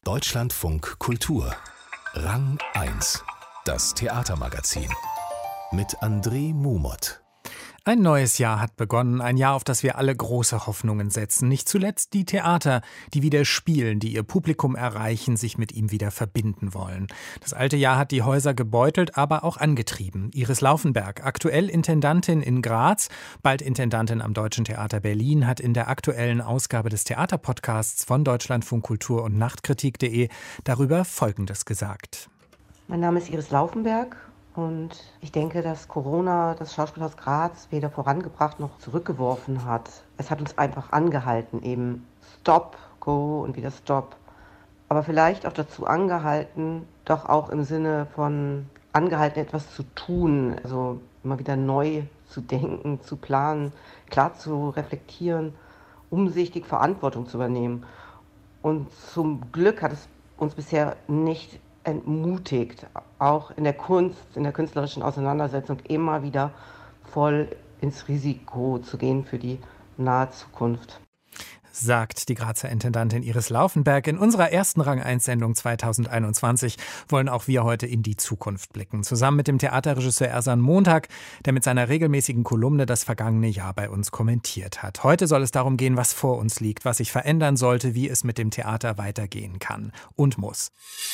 Deutschlandfunk Kultur. Rang 1. Das Theatermagazin. Mit André Mumot. Ein neues Jahr hat begonnen, ein Jahr, auf das wir alle große Hoffnungen setzen. Nicht zuletzt die Theater, die wieder spielen, die ihr Publikum erreichen, sich mit ihm wieder verbinden wollen. Das alte Jahr hat die Häuser gebeutelt, aber auch angetrieben. Iris Laufenberg, aktuell Intendantin in Graz, bald Intendantin am Deutschen Theater Berlin, hat in der aktuellen Ausgabe des Theaterpodcasts von Deutschlandfunk Kultur und Nachtkritik.de darüber Folgendes gesagt. Mein Name ist Iris Laufenberg. Und ich denke, dass Corona das Schauspielhaus Graz weder vorangebracht noch zurückgeworfen hat. Es hat uns einfach angehalten, eben Stop, Go und wieder Stop. Aber vielleicht auch dazu angehalten, doch auch im Sinne von angehalten, etwas zu tun. Also immer wieder neu zu denken, zu planen, klar zu reflektieren, umsichtig Verantwortung zu übernehmen. Und zum Glück hat es uns bisher nicht entmutigt, auch in der Kunst, in der künstlerischen Auseinandersetzung immer wieder voll ins Risiko zu gehen für die nahe Zukunft. Sagt die Grazer Intendantin Iris Laufenberg. In unserer ersten Rang-1-Sendung 2021 wollen auch wir heute in die Zukunft blicken. Zusammen mit dem Theaterregisseur Ersan Montag, der mit seiner regelmäßigen Kolumne das vergangene Jahr bei uns kommentiert hat. Heute soll es darum gehen, was vor uns liegt, was sich verändern sollte, wie es mit dem Theater weitergehen kann und muss.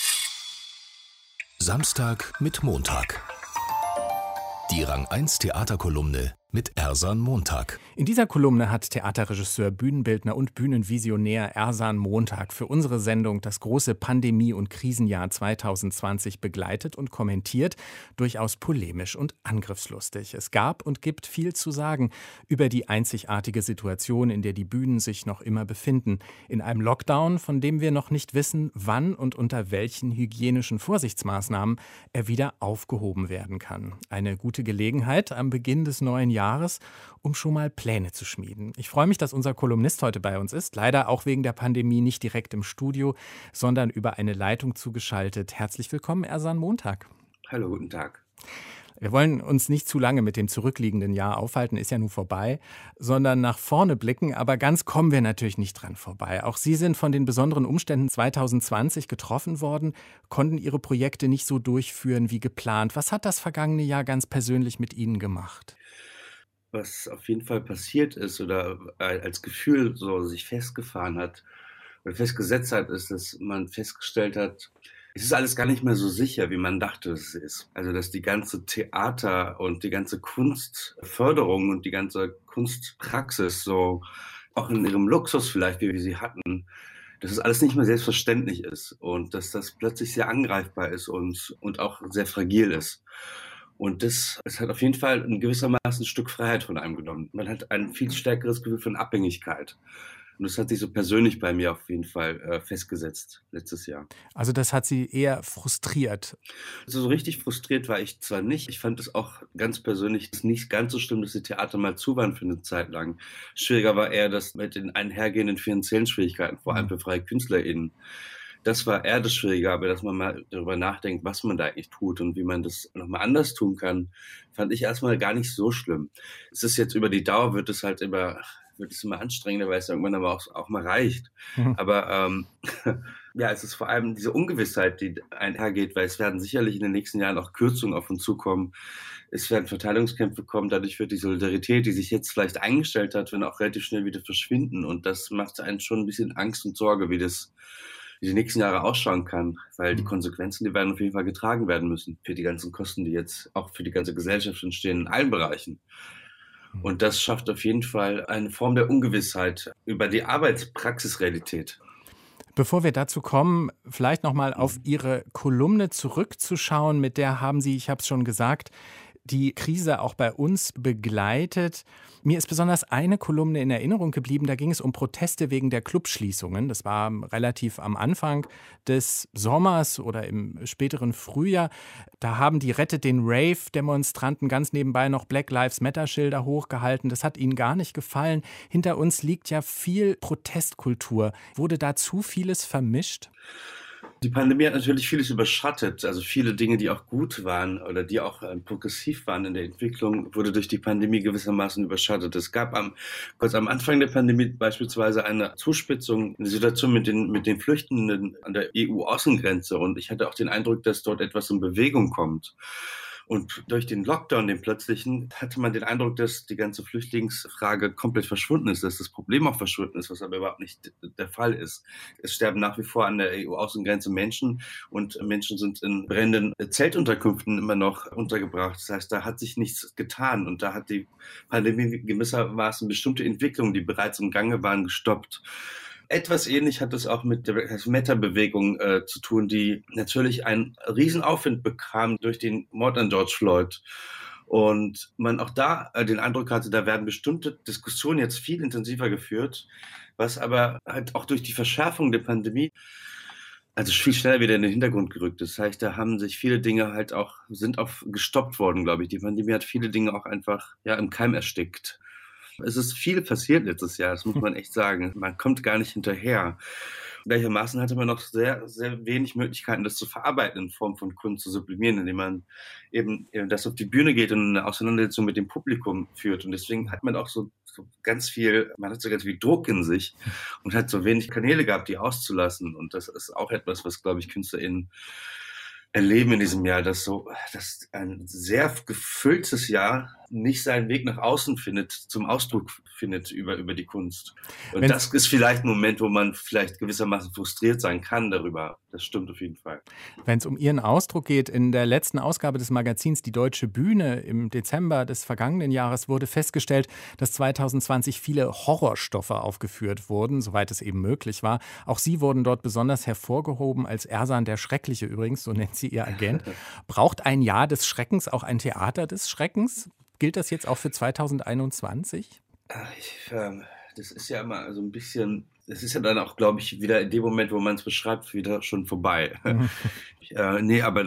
Samstag mit Montag. Die Rang 1 Theaterkolumne mit Ersan Montag. In dieser Kolumne hat Theaterregisseur, Bühnenbildner und Bühnenvisionär Ersan Montag für unsere Sendung das große Pandemie- und Krisenjahr 2020 begleitet und kommentiert, durchaus polemisch und angriffslustig. Es gab und gibt viel zu sagen über die einzigartige Situation, in der die Bühnen sich noch immer befinden. In einem Lockdown, von dem wir noch nicht wissen, wann und unter welchen hygienischen Vorsichtsmaßnahmen er wieder aufgehoben werden kann. Eine gute Gelegenheit am Beginn des neuen Jahres, um schon mal Pläne zu schmieden. Ich freue mich, dass unser Kolumnist heute bei uns ist. Leider auch wegen der Pandemie nicht direkt im Studio, sondern über eine Leitung zugeschaltet. Herzlich willkommen, Ersan Montag. Hallo, guten Tag. Wir wollen uns nicht zu lange mit dem zurückliegenden Jahr aufhalten, ist ja nun vorbei, sondern nach vorne blicken. Aber ganz kommen wir natürlich nicht dran vorbei. Auch Sie sind von den besonderen Umständen 2020 getroffen worden, konnten Ihre Projekte nicht so durchführen wie geplant. Was hat das vergangene Jahr ganz persönlich mit Ihnen gemacht? Was auf jeden Fall passiert ist oder als Gefühl so sich festgefahren hat oder festgesetzt hat, ist, dass man festgestellt hat, es ist alles gar nicht mehr so sicher, wie man dachte, es ist. Also, dass die ganze Theater und die ganze Kunstförderung und die ganze Kunstpraxis so auch in ihrem Luxus vielleicht, wie wir sie hatten, dass es alles nicht mehr selbstverständlich ist und dass das plötzlich sehr angreifbar ist und auch sehr fragil ist. Und es hat auf jeden Fall in gewissermaßen ein Stück Freiheit von einem genommen. Man hat ein viel stärkeres Gefühl von Abhängigkeit. Und das hat sich so persönlich bei mir auf jeden Fall festgesetzt letztes Jahr. Also das hat Sie eher frustriert? Also so richtig frustriert war ich zwar nicht. Ich fand es auch ganz persönlich nicht ganz so schlimm, dass die Theater mal zu waren für eine Zeit lang. Schwieriger war eher das mit den einhergehenden finanziellen Schwierigkeiten, vor allem für freie KünstlerInnen. Das war eher das Schwierige, aber dass man mal darüber nachdenkt, was man da eigentlich tut und wie man das nochmal anders tun kann, fand ich erstmal gar nicht so schlimm. Es ist jetzt über die Dauer, wird es immer anstrengender, weil es irgendwann aber auch mal reicht. Mhm. Aber ja, es ist vor allem diese Ungewissheit, die einhergeht, weil es werden sicherlich in den nächsten Jahren auch Kürzungen auf uns zukommen. Es werden Verteilungskämpfe kommen, dadurch wird die Solidarität, die sich jetzt vielleicht eingestellt hat, auch relativ schnell wieder verschwinden. Und das macht einen schon ein bisschen Angst und Sorge, wie die nächsten Jahre ausschauen kann, weil die Konsequenzen, die werden auf jeden Fall getragen werden müssen für die ganzen Kosten, die jetzt auch für die ganze Gesellschaft entstehen in allen Bereichen. Und das schafft auf jeden Fall eine Form der Ungewissheit über die Arbeitspraxisrealität. Bevor wir dazu kommen, vielleicht nochmal auf Ihre Kolumne zurückzuschauen, mit der haben Sie, ich habe es schon gesagt, die Krise auch bei uns begleitet. Mir ist besonders eine Kolumne in Erinnerung geblieben, da ging es um Proteste wegen der Clubschließungen. Das war relativ am Anfang des Sommers oder im späteren Frühjahr. Da haben die Rettet den Rave-Demonstranten ganz nebenbei noch Black Lives Matter-Schilder hochgehalten. Das hat ihnen gar nicht gefallen. Hinter uns liegt ja viel Protestkultur. Wurde da zu vieles vermischt? Die Pandemie hat natürlich vieles überschattet. Also viele Dinge, die auch gut waren oder die auch progressiv waren in der Entwicklung, wurde durch die Pandemie gewissermaßen überschattet. Es gab kurz am Anfang der Pandemie beispielsweise eine Zuspitzung in der Situation mit den Flüchtenden an der EU-Außengrenze. Und ich hatte auch den Eindruck, dass dort etwas in Bewegung kommt. Und durch den Lockdown, den plötzlichen, hatte man den Eindruck, dass die ganze Flüchtlingsfrage komplett verschwunden ist, dass das Problem auch verschwunden ist, was aber überhaupt nicht der Fall ist. Es sterben nach wie vor an der EU-Außengrenze Menschen und Menschen sind in brennenden Zeltunterkünften immer noch untergebracht. Das heißt, da hat sich nichts getan und da hat die Pandemie gewissermaßen bestimmte Entwicklungen, die bereits im Gange waren, gestoppt. Etwas ähnlich hat es auch mit der Meta-Bewegung zu tun, die natürlich einen Riesenaufwind bekam durch den Mord an George Floyd. Und man auch da den Eindruck hatte, da werden bestimmte Diskussionen jetzt viel intensiver geführt, was aber halt auch durch die Verschärfung der Pandemie also viel schneller wieder in den Hintergrund gerückt ist. Das heißt, da haben sich viele Dinge sind auch gestoppt worden, glaube ich. Die Pandemie hat viele Dinge auch einfach im Keim erstickt. Es ist viel passiert letztes Jahr, das muss man echt sagen. Man kommt gar nicht hinterher. Gleichermaßen hatte man noch sehr, sehr wenig Möglichkeiten, das zu verarbeiten in Form von Kunst zu sublimieren, indem man eben das auf die Bühne geht und eine Auseinandersetzung mit dem Publikum führt. Und deswegen hat man auch so ganz viel Druck in sich und hat so wenig Kanäle gehabt, die auszulassen. Und das ist auch etwas, was, glaube ich, KünstlerInnen erleben in diesem Jahr, dass ein sehr gefülltes Jahr nicht seinen Weg nach außen findet, zum Ausdruck findet über die Kunst. Und das ist vielleicht ein Moment, wo man vielleicht gewissermaßen frustriert sein kann darüber. Das stimmt auf jeden Fall. Wenn es um Ihren Ausdruck geht, in der letzten Ausgabe des Magazins Die Deutsche Bühne im Dezember des vergangenen Jahres wurde festgestellt, dass 2020 viele Horrorstoffe aufgeführt wurden, soweit es eben möglich war. Auch Sie wurden dort besonders hervorgehoben als Ersan der Schreckliche übrigens, so nennt sie Ihr Agent. Braucht ein Jahr des Schreckens auch ein Theater des Schreckens? Gilt das jetzt auch für 2021? Das ist ja immer so ein bisschen, das ist ja dann auch, glaube ich, wieder in dem Moment, wo man es beschreibt, wieder schon vorbei. Nee, aber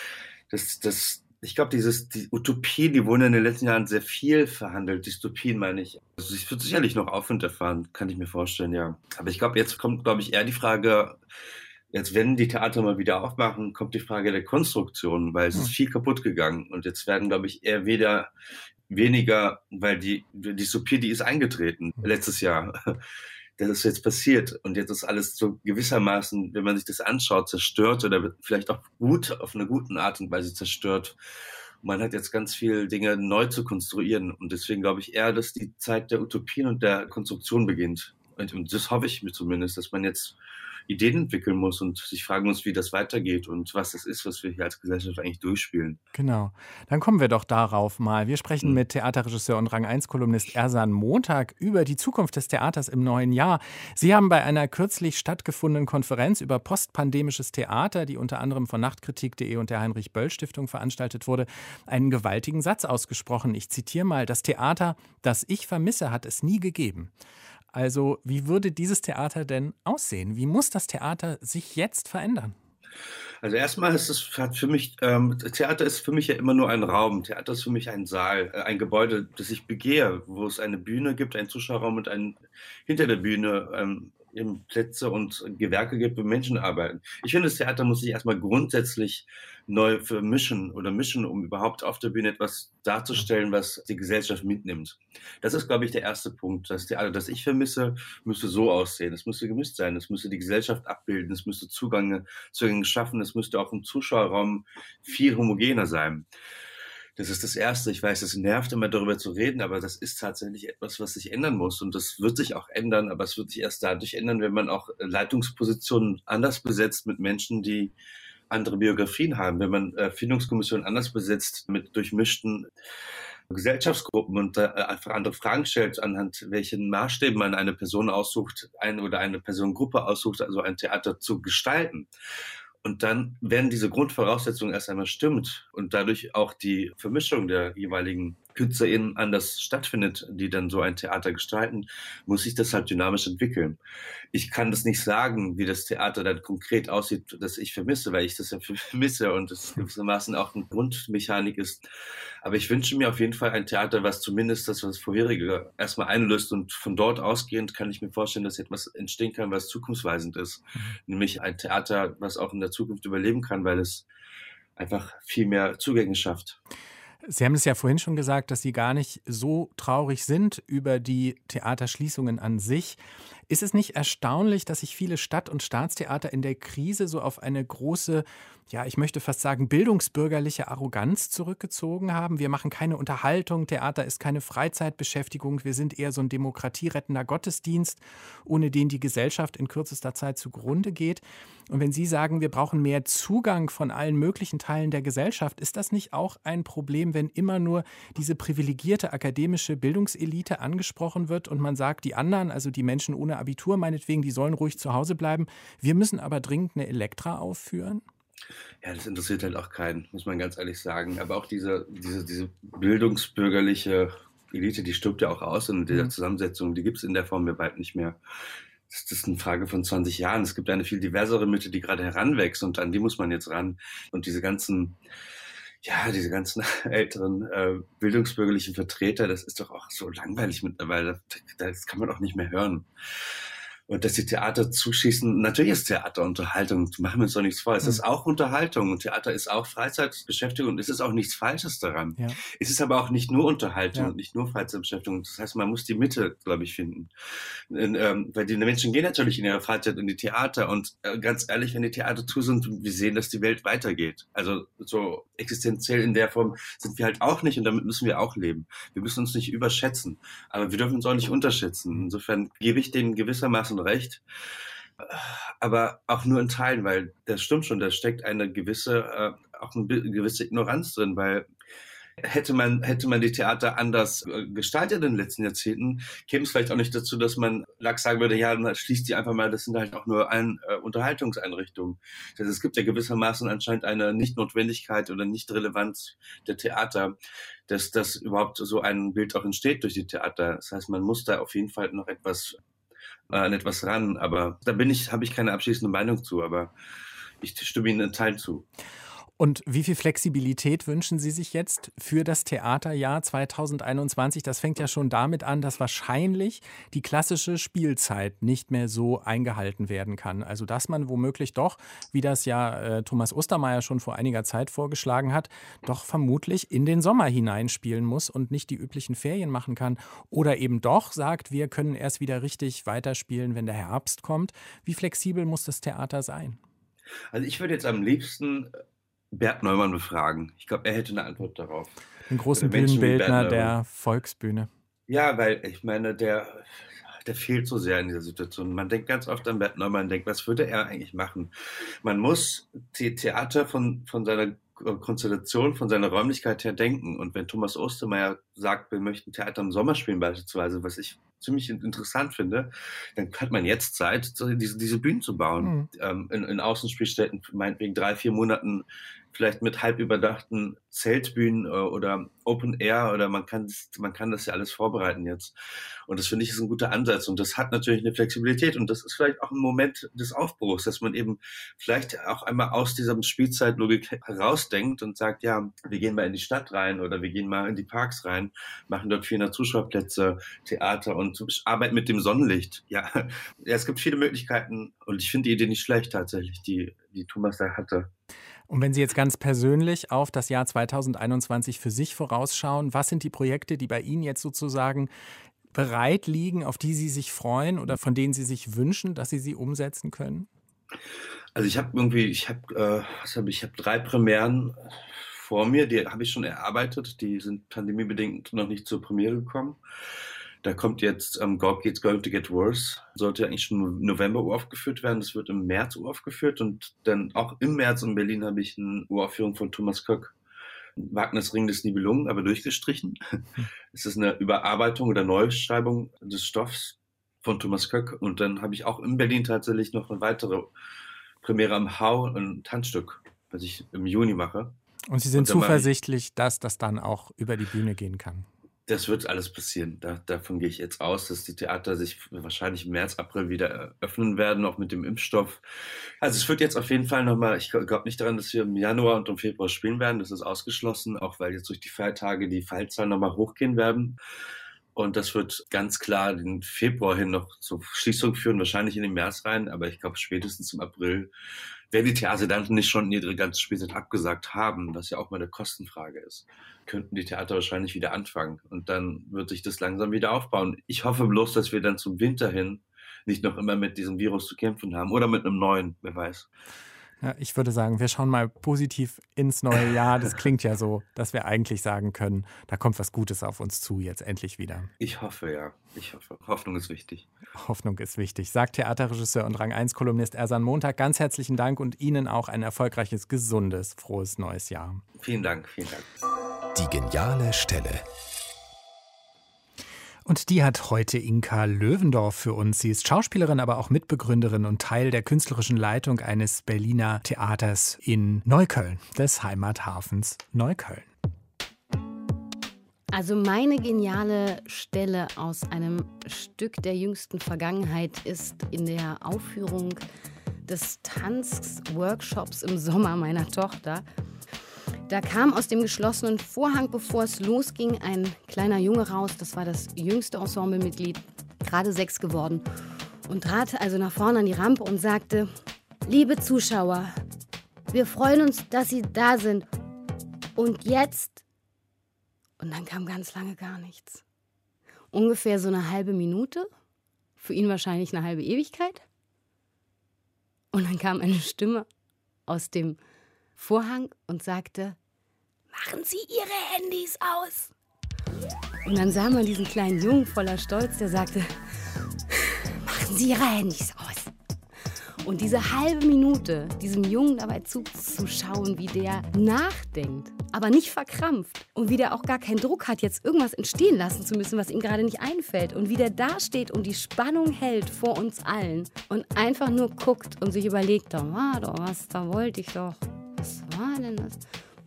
ich glaube, die Utopien, die wurden in den letzten Jahren sehr viel verhandelt. Dystopien meine ich. Also es wird sicherlich noch Aufwind erfahren, kann ich mir vorstellen, ja. Aber ich glaube, jetzt kommt, glaube ich, eher die Frage, jetzt, wenn die Theater mal wieder aufmachen, kommt die Frage der Konstruktion, weil es ist viel kaputt gegangen. Und jetzt werden, glaube ich, eher weniger, weil die Dystopie, die ist eingetreten letztes Jahr. Das ist jetzt passiert. Und jetzt ist alles so gewissermaßen, wenn man sich das anschaut, zerstört oder vielleicht auch auf eine gute Art und Weise zerstört. Man hat jetzt ganz viele Dinge neu zu konstruieren. Und deswegen glaube ich eher, dass die Zeit der Utopien und der Konstruktion beginnt. Und das hoffe ich mir zumindest, dass man jetzt Ideen entwickeln muss und sich fragen muss, wie das weitergeht und was das ist, was wir hier als Gesellschaft eigentlich durchspielen. Genau. Dann kommen wir doch darauf mal. Wir sprechen mit Theaterregisseur und Rang-1-Kolumnist Ersan Montag über die Zukunft des Theaters im neuen Jahr. Sie haben bei einer kürzlich stattgefundenen Konferenz über postpandemisches Theater, die unter anderem von Nachtkritik.de und der Heinrich-Böll-Stiftung veranstaltet wurde, einen gewaltigen Satz ausgesprochen. Ich zitiere mal: Das Theater, das ich vermisse, hat es nie gegeben. Also, wie würde dieses Theater denn aussehen? Wie muss das Theater sich jetzt verändern? Also erstmal Theater ist für mich ja immer nur ein Raum. Theater ist für mich ein Saal, ein Gebäude, das ich begehe, wo es eine Bühne gibt, einen Zuschauerraum und hinter der Bühne eben Plätze und Gewerke gibt, wo Menschen arbeiten. Ich finde, das Theater muss sich erstmal grundsätzlich neu mischen, um überhaupt auf der Bühne etwas darzustellen, was die Gesellschaft mitnimmt. Das ist, glaube ich, der erste Punkt. Das Theater, das ich vermisse, müsste so aussehen. Es müsste gemischt sein. Es müsste die Gesellschaft abbilden. Es müsste Zugänge schaffen. Es müsste auch im Zuschauerraum viel homogener sein. Das ist das Erste. Ich weiß, es nervt immer darüber zu reden, aber das ist tatsächlich etwas, was sich ändern muss. Und das wird sich auch ändern, aber es wird sich erst dadurch ändern, wenn man auch Leitungspositionen anders besetzt mit Menschen, die andere Biografien haben. Wenn man Findungskommissionen anders besetzt mit durchmischten Gesellschaftsgruppen und einfach andere Fragen stellt, anhand welchen Maßstäben man eine Person aussucht, eine Personengruppe aussucht, also ein Theater zu gestalten. Und dann, wenn diese Grundvoraussetzung erst einmal stimmt und dadurch auch die Vermischung der jeweiligen KünstlerInnen anders stattfindet, die dann so ein Theater gestalten, muss sich das halt dynamisch entwickeln. Ich kann das nicht sagen, wie das Theater dann konkret aussieht, das ich vermisse, weil ich das ja vermisse und es gewissermaßen auch eine Grundmechanik ist. Aber ich wünsche mir auf jeden Fall ein Theater, was zumindest das Vorherige erstmal einlöst, und von dort ausgehend kann ich mir vorstellen, dass etwas entstehen kann, was zukunftsweisend ist. Nämlich ein Theater, was auch in der Zukunft überleben kann, weil es einfach viel mehr Zugänge schafft. Sie haben es ja vorhin schon gesagt, dass Sie gar nicht so traurig sind über die Theaterschließungen an sich. Ist es nicht erstaunlich, dass sich viele Stadt- und Staatstheater in der Krise so auf eine große, ja, ich möchte fast sagen, bildungsbürgerliche Arroganz zurückgezogen haben? Wir machen keine Unterhaltung, Theater ist keine Freizeitbeschäftigung, wir sind eher so ein demokratierettender Gottesdienst, ohne den die Gesellschaft in kürzester Zeit zugrunde geht. Und wenn Sie sagen, wir brauchen mehr Zugang von allen möglichen Teilen der Gesellschaft, ist das nicht auch ein Problem, wenn immer nur diese privilegierte akademische Bildungselite angesprochen wird und man sagt, die anderen, also die Menschen ohne Abitur meinetwegen, die sollen ruhig zu Hause bleiben, wir müssen aber dringend eine Elektra aufführen? Ja, das interessiert halt auch keinen, muss man ganz ehrlich sagen. Aber auch diese bildungsbürgerliche Elite, die stirbt ja auch aus in dieser Zusammensetzung. Die gibt es in der Form ja bald nicht mehr. Das ist eine Frage von 20 Jahren. Es gibt eine viel diversere Mitte, die gerade heranwächst, und an die muss man jetzt ran. Und diese ganzen älteren bildungsbürgerlichen Vertreter, das ist doch auch so langweilig mittlerweile. Das kann man auch nicht mehr hören. Und dass die Theater zuschießen, natürlich ist Theater Unterhaltung, machen wir uns doch nichts vor. Es ist auch Unterhaltung, und Theater ist auch Freizeitbeschäftigung, und es ist auch nichts Falsches daran. Ja. Es ist aber auch nicht nur Unterhaltung und nicht nur Freizeitbeschäftigung. Das heißt, man muss die Mitte, glaube ich, finden. Weil die Menschen gehen natürlich in ihrer Freizeit in die Theater, und ganz ehrlich, wenn die Theater zu sind, wir sehen, dass die Welt weitergeht. Also so existenziell in der Form sind wir halt auch nicht, und damit müssen wir auch leben. Wir müssen uns nicht überschätzen, aber wir dürfen uns auch nicht unterschätzen. Insofern gebe ich denen gewissermaßen recht, aber auch nur in Teilen, weil das stimmt schon, da steckt eine gewisse Ignoranz drin, weil hätte man die Theater anders gestaltet in den letzten Jahrzehnten, käme es vielleicht auch nicht dazu, dass man sagen würde, ja, dann schließt die einfach mal, das sind halt auch nur Unterhaltungseinrichtungen. Das heißt, es gibt ja gewissermaßen anscheinend eine Nicht-Notwendigkeit oder Nicht-Relevanz der Theater, dass das überhaupt so ein Bild auch entsteht durch die Theater. Das heißt, man muss da auf jeden Fall noch an etwas ran, aber da habe ich keine abschließende Meinung zu, aber ich stimme Ihnen in Teilen zu. Und wie viel Flexibilität wünschen Sie sich jetzt für das Theaterjahr 2021? Das fängt ja schon damit an, dass wahrscheinlich die klassische Spielzeit nicht mehr so eingehalten werden kann. Also dass man womöglich doch, wie das ja Thomas Ostermeier schon vor einiger Zeit vorgeschlagen hat, doch vermutlich in den Sommer hineinspielen muss und nicht die üblichen Ferien machen kann. Oder eben doch sagt, wir können erst wieder richtig weiterspielen, wenn der Herbst kommt. Wie flexibel muss das Theater sein? Also ich würde jetzt am liebsten Bert Neumann befragen. Ich glaube, er hätte eine Antwort darauf. Den großen Bühnenbildner der Volksbühne. Ja, weil ich meine, der fehlt so sehr in dieser Situation. Man denkt ganz oft an Bert Neumann, denkt, was würde er eigentlich machen? Man muss die Theater von seiner Konstellation, von seiner Räumlichkeit her denken. Und wenn Thomas Ostermeier sagt, wir möchten Theater im Sommer spielen beispielsweise, was ich ziemlich interessant finde, dann hat man jetzt Zeit, diese Bühnen zu bauen. In Außenspielstätten, meinetwegen 3-4 Monaten, vielleicht mit halb überdachten Zeltbühnen oder Open Air, oder man kann das ja alles vorbereiten jetzt. Und das finde ich ist ein guter Ansatz, und das hat natürlich eine Flexibilität, und das ist vielleicht auch ein Moment des Aufbruchs, dass man eben vielleicht auch einmal aus dieser Spielzeitlogik herausdenkt und sagt, ja, wir gehen mal in die Stadt rein oder wir gehen mal in die Parks rein, machen dort 400 Zuschauerplätze, Theater und arbeiten mit dem Sonnenlicht. Ja, es gibt viele Möglichkeiten, und ich finde die Idee nicht schlecht tatsächlich, die Thomas da hatte. Und wenn Sie jetzt ganz persönlich auf das Jahr 2021 für sich vorausschauen, was sind die Projekte, die bei Ihnen jetzt sozusagen bereit liegen, auf die Sie sich freuen oder von denen Sie sich wünschen, dass Sie sie umsetzen können? Also ich habe 3 Premieren vor mir, die habe ich schon erarbeitet, die sind pandemiebedingt noch nicht zur Premiere gekommen. Da kommt jetzt It's Going to Get Worse. Sollte eigentlich schon im November uraufgeführt werden. Das wird im März uraufgeführt. Und dann auch im März in Berlin habe ich eine Uraufführung von Thomas Köck. Wagners Ring des Nibelungen, aber durchgestrichen. Es ist eine Überarbeitung oder Neuschreibung des Stoffs von Thomas Köck. Und dann habe ich auch in Berlin tatsächlich noch eine weitere Premiere am Hau, ein Tanzstück, was ich im Juni mache. Und Sie sind zuversichtlich, dass das dann auch über die Bühne gehen kann? Das wird alles passieren. Davon gehe ich jetzt aus, dass die Theater sich wahrscheinlich im März, April wieder öffnen werden, auch mit dem Impfstoff. Also es wird jetzt auf jeden Fall nochmal, ich glaube nicht daran, dass wir im Januar und im Februar spielen werden. Das ist ausgeschlossen, auch weil jetzt durch die Feiertage die Fallzahlen nochmal hochgehen werden. Und das wird ganz klar den Februar hin noch zur Schließung führen, wahrscheinlich in den März rein. Aber ich glaube, spätestens im April werden die Theater dann nicht schon ihre ganze Spielzeit abgesagt haben, was ja auch mal eine Kostenfrage ist, könnten die Theater wahrscheinlich wieder anfangen. Und dann wird sich das langsam wieder aufbauen. Ich hoffe bloß, dass wir dann zum Winter hin nicht noch immer mit diesem Virus zu kämpfen haben oder mit einem neuen, wer weiß. Ja, ich würde sagen, wir schauen mal positiv ins neue Jahr. Das klingt ja so, dass wir eigentlich sagen können, da kommt was Gutes auf uns zu, jetzt endlich wieder. Ich hoffe, ja. Ich hoffe. Hoffnung ist wichtig. Hoffnung ist wichtig, sagt Theaterregisseur und Rang-1-Kolumnist Ersan Montag. Ganz herzlichen Dank und Ihnen auch ein erfolgreiches, gesundes, frohes neues Jahr. Vielen Dank, vielen Dank. Die geniale Stelle. Und die hat heute Inka Löwendorf für uns. Sie ist Schauspielerin, aber auch Mitbegründerin und Teil der künstlerischen Leitung eines Berliner Theaters in Neukölln, des Heimathafens Neukölln. Also meine geniale Stelle aus einem Stück der jüngsten Vergangenheit ist in der Aufführung des Tanzworkshops im Sommer meiner Tochter. Da kam aus dem geschlossenen Vorhang, bevor es losging, ein kleiner Junge raus. Das war das jüngste Ensemblemitglied, gerade 6 geworden. Und trat also nach vorne an die Rampe und sagte: Liebe Zuschauer, wir freuen uns, dass Sie da sind. Und jetzt... Und dann kam ganz lange gar nichts. Ungefähr so eine halbe Minute. Für ihn wahrscheinlich eine halbe Ewigkeit. Und dann kam eine Stimme aus dem Vorhang und sagte: Machen Sie Ihre Handys aus. Und dann sah man diesen kleinen Jungen voller Stolz, der sagte: Machen Sie Ihre Handys aus. Und diese halbe Minute, diesem Jungen dabei zuzuschauen, wie der nachdenkt, aber nicht verkrampft und wie der auch gar keinen Druck hat, jetzt irgendwas entstehen lassen zu müssen, was ihm gerade nicht einfällt, und wie der dasteht und die Spannung hält vor uns allen und einfach nur guckt und sich überlegt, da war doch was, da wollte ich doch. Was war denn das?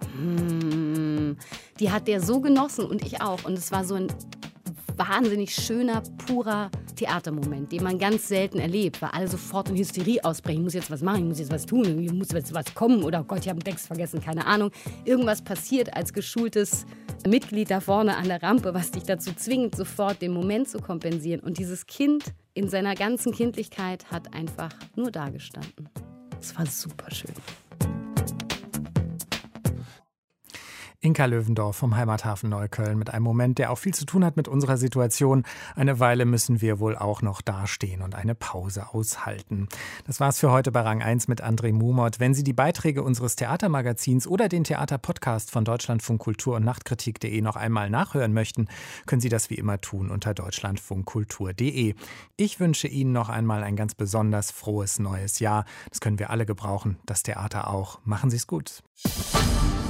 Die hat der so genossen und ich auch. Und es war so ein wahnsinnig schöner, purer Theatermoment, den man ganz selten erlebt, weil alle sofort in Hysterie ausbrechen. Ich muss jetzt was machen, ich muss jetzt was tun, ich muss jetzt was kommen oder oh Gott, ich habe einen Text vergessen, keine Ahnung. Irgendwas passiert als geschultes Mitglied da vorne an der Rampe, was dich dazu zwingt, sofort den Moment zu kompensieren. Und dieses Kind in seiner ganzen Kindlichkeit hat einfach nur dagestanden. Es war super schön. Inka Löwendorf vom Heimathafen Neukölln mit einem Moment, der auch viel zu tun hat mit unserer Situation. Eine Weile müssen wir wohl auch noch dastehen und eine Pause aushalten. Das war's für heute bei Rang 1 mit André Mumot. Wenn Sie die Beiträge unseres Theatermagazins oder den Theaterpodcast von Deutschlandfunk Kultur und Nachtkritik.de noch einmal nachhören möchten, können Sie das wie immer tun unter deutschlandfunkkultur.de. Ich wünsche Ihnen noch einmal ein ganz besonders frohes neues Jahr. Das können wir alle gebrauchen, das Theater auch. Machen Sie es gut.